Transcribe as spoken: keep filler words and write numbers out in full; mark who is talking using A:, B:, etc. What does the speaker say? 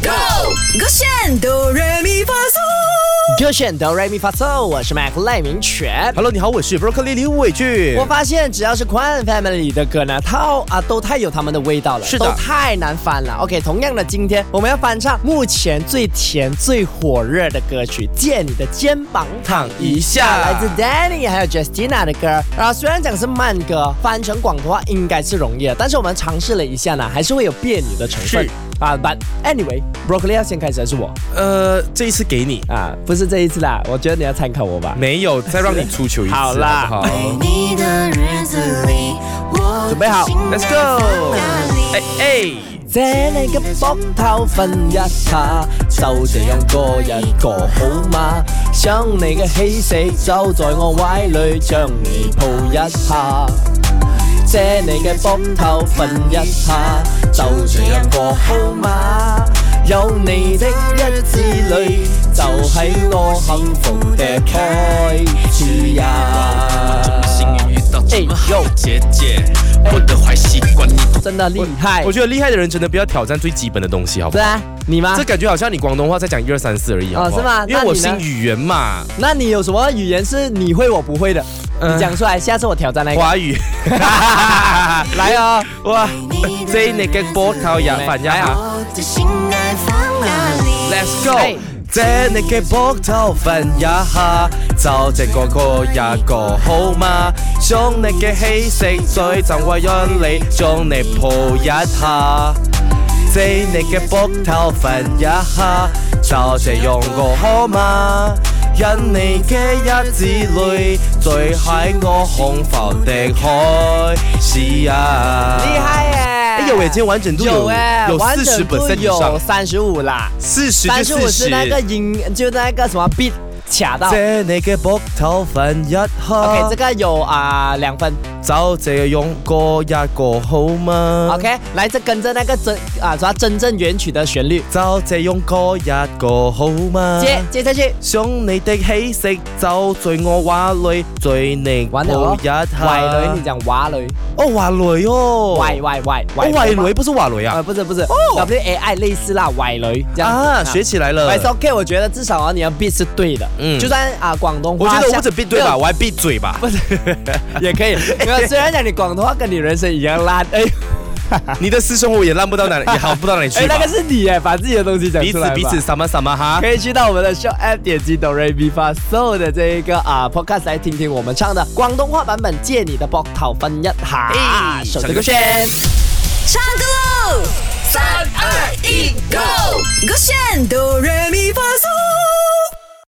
A: Go， 勾选哆来咪发嗦，
B: 勾选哆来咪发嗦，我是 Mac 赖明全。
C: Hello， 你好，我是 Broccoli 李伟俊。
B: 我发现只要是 Kwan Family 的歌呢，它啊都太有他们的味道了，
C: 是的，
B: 都太难翻了。OK， 同样的，今天我们要翻唱目前最甜、最火热的歌曲《借你的肩膀躺一下》，来自 Danny 还有 Justina 的歌。啊，虽然讲是慢歌，翻成广东话应该是容易的，但是我们尝试了一下呢，还是会有别扭的成分。
C: 是
B: 啊 ，But anyway， Broccoli 要先开始还是我？
C: 呃，这一次给你
B: 啊，不是这一次啦，我觉得你要参考我吧。
C: 没有，再让你出糗一次。
B: 好啦，
C: 好，
A: 你的日子里，我
B: 准备好
C: ，Let's go。哎哎。
B: 借你嘅膊頭瞓一下，就這樣過一個好嗎？想你嘅氣息就在我懷裏，將你抱一下。借你嘅膊頭瞓一下，就這樣過好嗎？有你的日子裏，就係我幸福的開始呀。哎呦，
D: 姐姐，我的壞習慣你
B: 真的厲害！
C: 我覺得厲害的人真的不要挑戰最基本的東西，好不好？
B: 是啊，你嗎？
C: 這感覺好像你廣東話在講一二三四而已，好不好？
B: 哦，是嗎？
C: 因為我新語言嘛。
B: 那你有什麼語言是你會我不會的？你講出來，下次我挑戰那個。
C: 華語。來哦，哇！借你嘅膊頭也瞓一下。Let's go。借你嘅膊頭瞓一下，就這個個一個好嗎？將你嘅氣息再浸過入嚟，將你抱一下。借你嘅膊頭瞓一下，就這樣個好嗎？因你嘅日子裏，最係我幸福的開始啊！
B: 厲害耶！
C: 哎有哎，今天完整度有
B: 有哎，
C: 有
B: 完整度有三十五啦，
C: 四十
B: 三十五是那個音，就那個什麼 beat 卡到。
C: 借你嘅膊頭瞓一下。
B: OK， 這個有啊兩、呃、分。
C: 就這樣過一個好嗎
B: ？OK， 來，這跟着那個真啊，什麼真正原曲的旋律。
C: 就這樣過一個好嗎？
B: 接接下去。
C: 想你的氣息就在我懷裏，最你抱一下。
B: 懷裏，你講華裏。
C: 哦，華裏哦。
B: 懷懷懷
C: 懷懷裏不是華裏啊？
B: 呃，不是不是。哦。W A I 類似啦，懷裏這樣
C: 啊，學起來了。
B: It's OK， 我覺得至少啊，你的 beat 是對的。嗯。就算啊廣東話，
C: 我覺得我不止 beat 對吧，我還 beat 嘴吧。
B: 不是，也可以。雖然講你廣東話跟你人生一樣爛，哎，
C: 你的私生活也爛不到哪，也好不到哪裡去吧。
B: 哎，那個是你哎，把自己的東西講出來吧。
C: 彼此彼此，什麼什麼哈。
B: 可以去到我們的 Show App 點擊哆來咪發嗦的這一個啊 Podcast 來聽聽我們唱的廣東話版本《借你的膊頭瞓一下》。哎，手這個圈，
A: 唱歌。